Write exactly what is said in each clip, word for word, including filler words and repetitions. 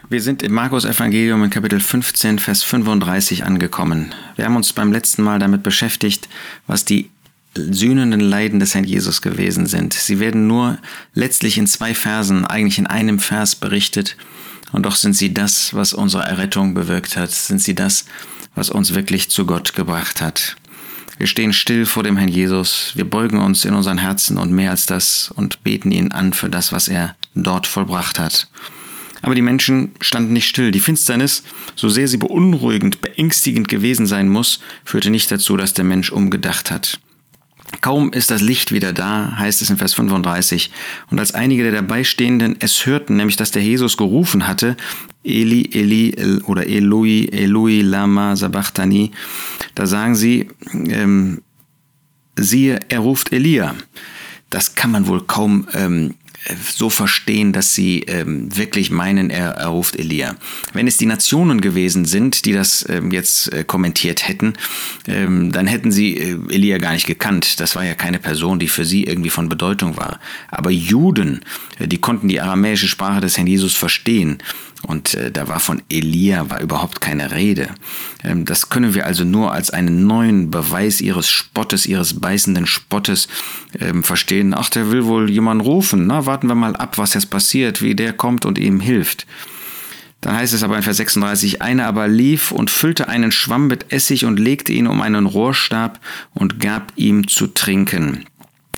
Wir sind im Markus-Evangelium in Kapitel fünfzehn, Vers fünfunddreißig angekommen. Wir haben uns beim letzten Mal damit beschäftigt, was die sühnenden Leiden des Herrn Jesus gewesen sind. Sie werden nur letztlich in zwei Versen, eigentlich in einem Vers berichtet. Und doch sind sie das, was unsere Errettung bewirkt hat. Sind sie das, was uns wirklich zu Gott gebracht hat. Wir stehen still vor dem Herrn Jesus. Wir beugen uns in unseren Herzen und mehr als das und beten ihn an für das, was er dort vollbracht hat. Aber die Menschen standen nicht still. Die Finsternis, so sehr sie beunruhigend, beängstigend gewesen sein muss, führte nicht dazu, dass der Mensch umgedacht hat. Kaum ist das Licht wieder da, heißt es in Vers fünfunddreißig. Und als einige der Dabeistehenden es hörten, nämlich dass der Jesus gerufen hatte, Eli, Eli oder Eloi, Eloi, lama sabachthani, da sagen sie, ähm, siehe, er ruft Elia. Das kann man wohl kaum ähm, so verstehen, dass sie ähm, wirklich meinen, er, er ruft Elia. Wenn es die Nationen gewesen sind, die das ähm, jetzt äh, kommentiert hätten, ähm, dann hätten sie äh, Elia gar nicht gekannt. Das war ja keine Person, die für sie irgendwie von Bedeutung war. Aber Juden, äh, die konnten die aramäische Sprache des Herrn Jesus verstehen. Und äh, da war von Elia war überhaupt keine Rede. Ähm, das können wir also nur als einen neuen Beweis ihres Spottes, ihres beißenden Spottes ähm, verstehen. Ach, der will wohl jemanden rufen. Na, warten wir mal ab, was jetzt passiert, wie der kommt und ihm hilft. Dann heißt es aber in Vers sechsunddreißig, einer aber lief und füllte einen Schwamm mit Essig und legte ihn um einen Rohrstab und gab ihm zu trinken.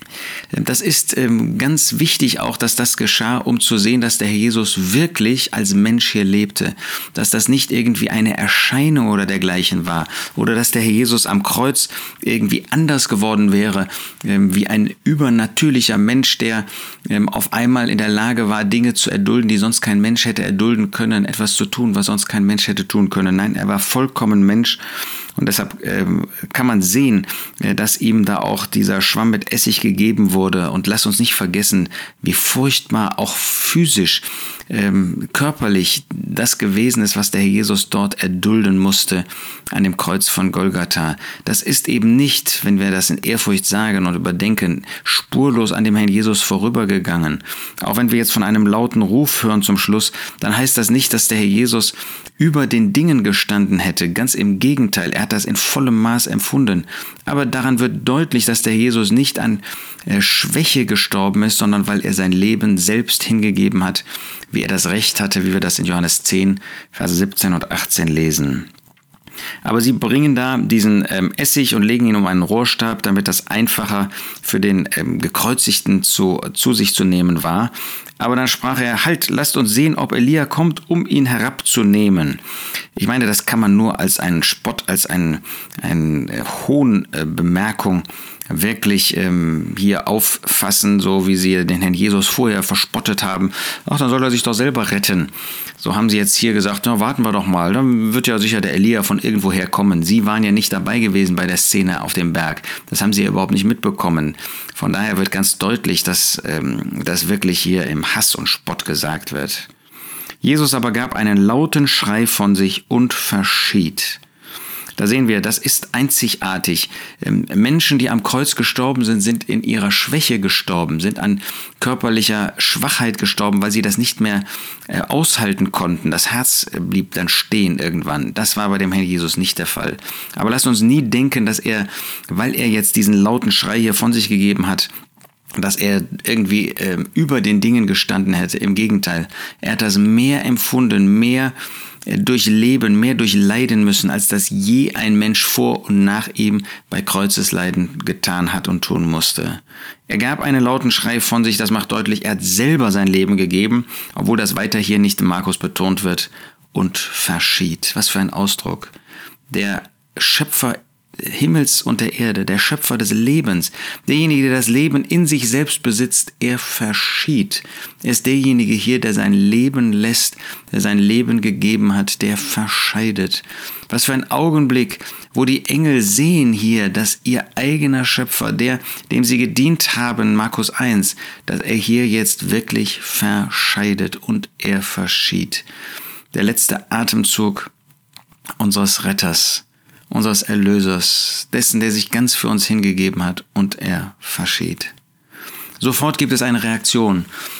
Das ist ähm, ganz wichtig auch, dass das geschah, um zu sehen, dass der Herr Jesus wirklich als Mensch hier lebte. Dass das nicht irgendwie eine Erscheinung oder dergleichen war. Oder dass der Herr Jesus am Kreuz irgendwie anders geworden wäre, ähm, wie ein übernatürlicher Mensch, der ähm, auf einmal in der Lage war, Dinge zu erdulden, die sonst kein Mensch hätte erdulden können, etwas zu tun, was sonst kein Mensch hätte tun können. Nein, er war vollkommen Mensch. Und deshalb ähm, kann man sehen, äh, dass ihm da auch dieser Schwamm mit Essig gegeben wurde. Und lass uns nicht vergessen, wie furchtbar auch physisch, ähm, körperlich das gewesen ist, was der Herr Jesus dort erdulden musste an dem Kreuz von Golgatha. Das ist eben nicht, wenn wir das in Ehrfurcht sagen und überdenken, spurlos an dem Herrn Jesus vorübergegangen. Auch wenn wir jetzt von einem lauten Ruf hören zum Schluss, dann heißt das nicht, dass der Herr Jesus über den Dingen gestanden hätte. Ganz im Gegenteil, er hat das in vollem Maß empfunden. Aber daran wird deutlich, dass der Jesus nicht an äh, Schwäche gestorben ist, sondern weil er sein Leben selbst hingegeben hat, wie er das Recht hatte, wie wir das in Johannes zehn, Verse siebzehn und achtzehn lesen. Aber sie bringen da diesen ähm, Essig und legen ihn um einen Rohrstab, damit das einfacher für den ähm, Gekreuzigten zu, zu sich zu nehmen war. Aber dann sprach er, halt, lasst uns sehen, ob Elia kommt, um ihn herabzunehmen. Ich meine, das kann man nur als einen Spott, als einen, einen äh, hohen äh, Bemerkung wirklich ähm, hier auffassen, so wie sie den Herrn Jesus vorher verspottet haben. Ach, dann soll er sich doch selber retten. So haben sie jetzt hier gesagt, na, warten wir doch mal, dann wird ja sicher der Elia von irgendwoher kommen. Sie waren ja nicht dabei gewesen bei der Szene auf dem Berg. Das haben sie ja überhaupt nicht mitbekommen. Von daher wird ganz deutlich, dass ähm, das wirklich hier im Hass und Spott gesagt wird. Jesus aber gab einen lauten Schrei von sich und verschied. Da sehen wir, das ist einzigartig. Menschen, die am Kreuz gestorben sind, sind in ihrer Schwäche gestorben, sind an körperlicher Schwachheit gestorben, weil sie das nicht mehr aushalten konnten. Das Herz blieb dann stehen irgendwann. Das war bei dem Herrn Jesus nicht der Fall. Aber lasst uns nie denken, dass er, weil er jetzt diesen lauten Schrei hier von sich gegeben hat, dass er irgendwie äh, über den Dingen gestanden hätte. Im Gegenteil, er hat das mehr empfunden, mehr durchleben, mehr durchleiden müssen, als das je ein Mensch vor und nach ihm bei Kreuzesleiden getan hat und tun musste. Er gab einen lauten Schrei von sich, das macht deutlich, er hat selber sein Leben gegeben, obwohl das weiter hier nicht in Markus betont wird, und verschied. Was für ein Ausdruck. Der Schöpfer Himmels und der Erde, der Schöpfer des Lebens, derjenige, der das Leben in sich selbst besitzt, er verschied. Er ist derjenige hier, der sein Leben lässt, der sein Leben gegeben hat, der verscheidet. Was für ein Augenblick, wo die Engel sehen hier, dass ihr eigener Schöpfer, der, dem sie gedient haben, Markus eins, dass er hier jetzt wirklich verscheidet und er verschied. Der letzte Atemzug unseres Retters, unseres Erlösers, dessen, der sich ganz für uns hingegeben hat, und er verschied. Sofort gibt es eine Reaktion.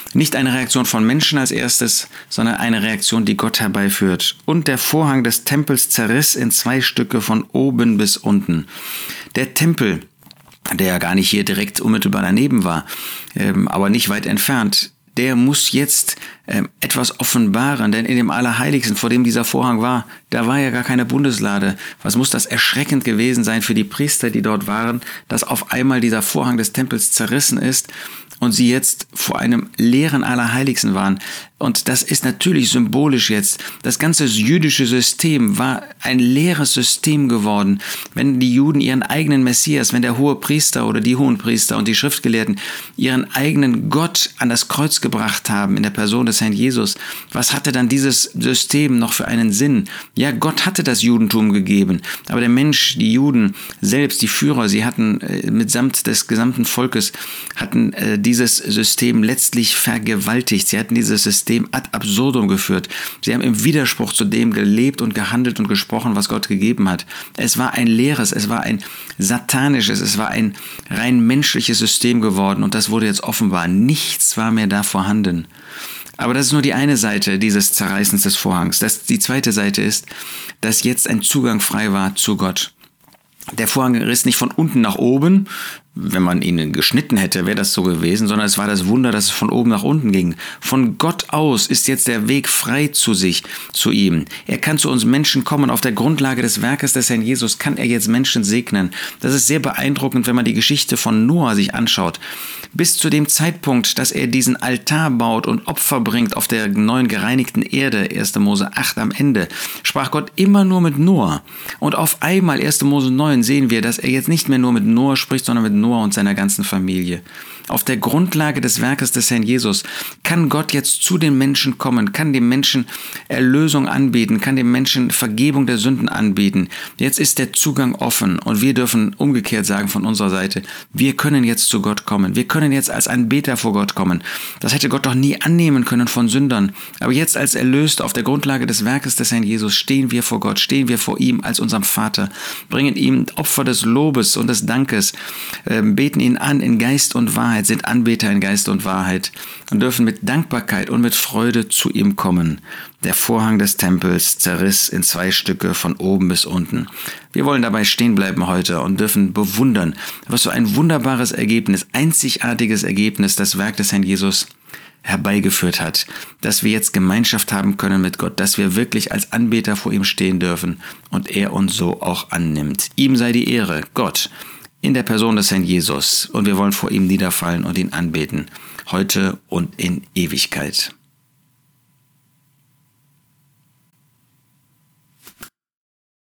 Nicht eine Reaktion von Menschen als erstes, sondern eine Reaktion, die Gott herbeiführt. Und der Vorhang des Tempels zerriss in zwei Stücke von oben bis unten. Der Tempel, der ja gar nicht hier direkt unmittelbar daneben war, ähm, aber nicht weit entfernt, der muss jetzt ähm, etwas offenbaren, denn in dem Allerheiligsten, vor dem dieser Vorhang war, da war ja gar keine Bundeslade. Was muss das erschreckend gewesen sein für die Priester, die dort waren, dass auf einmal dieser Vorhang des Tempels zerrissen ist und sie jetzt vor einem leeren Allerheiligsten waren. Und das ist natürlich symbolisch jetzt. Das ganze jüdische System war ein leeres System geworden. Wenn die Juden ihren eigenen Messias, wenn der hohe Priester oder die Hohenpriester und die Schriftgelehrten ihren eigenen Gott an das Kreuz gebracht haben in der Person des Herrn Jesus, was hatte dann dieses System noch für einen Sinn? Ja, Gott hatte das Judentum gegeben, aber der Mensch, die Juden selbst, die Führer, sie hatten äh, mitsamt des gesamten Volkes, hatten äh, dieses System letztlich vergewaltigt. Sie hatten dieses System ad absurdum geführt. Sie haben im Widerspruch zu dem gelebt und gehandelt und gesprochen, was Gott gegeben hat. Es war ein leeres, es war ein satanisches, es war ein rein menschliches System geworden und das wurde jetzt offenbar. Nichts war mehr da vorhanden. Aber das ist nur die eine Seite dieses Zerreißens des Vorhangs. Das, die zweite Seite ist, dass jetzt ein Zugang frei war zu Gott. Der Vorhang riss nicht von unten nach oben, wenn man ihn geschnitten hätte, wäre das so gewesen, sondern es war das Wunder, dass es von oben nach unten ging. Von Gott aus ist jetzt der Weg frei zu sich, zu ihm. Er kann zu uns Menschen kommen. Auf der Grundlage des Werkes des Herrn Jesus kann er jetzt Menschen segnen. Das ist sehr beeindruckend, wenn man die Geschichte von Noah sich anschaut. Bis zu dem Zeitpunkt, dass er diesen Altar baut und Opfer bringt auf der neuen gereinigten Erde, erster Mose acht am Ende, sprach Gott immer nur mit Noah. Und auf einmal, erster Mose neun, sehen wir, dass er jetzt nicht mehr nur mit Noah spricht, sondern mit Noah und seiner ganzen Familie. Auf der Grundlage des Werkes des Herrn Jesus kann Gott jetzt zu den Menschen kommen, kann dem Menschen Erlösung anbieten, kann dem Menschen Vergebung der Sünden anbieten. Jetzt ist der Zugang offen und wir dürfen umgekehrt sagen von unserer Seite, wir können jetzt zu Gott kommen. Wir können jetzt als Anbeter vor Gott kommen. Das hätte Gott doch nie annehmen können von Sündern. Aber jetzt als Erlöste auf der Grundlage des Werkes des Herrn Jesus stehen wir vor Gott, stehen wir vor ihm als unserem Vater, bringen ihm Opfer des Lobes und des Dankes, äh, beten ihn an in Geist und Wahrheit, sind Anbeter in Geist und Wahrheit und dürfen mit Dankbarkeit und mit Freude zu ihm kommen. Der Vorhang des Tempels zerriss in zwei Stücke von oben bis unten. Wir wollen dabei stehen bleiben heute und dürfen bewundern, was so ein wunderbares Ergebnis, einzigartiges Ergebnis das Werk des Herrn Jesus herbeigeführt hat, dass wir jetzt Gemeinschaft haben können mit Gott, dass wir wirklich als Anbeter vor ihm stehen dürfen und er uns so auch annimmt. Ihm sei die Ehre, Gott, in der Person des Herrn Jesus, und wir wollen vor ihm niederfallen und ihn anbeten, heute und in Ewigkeit.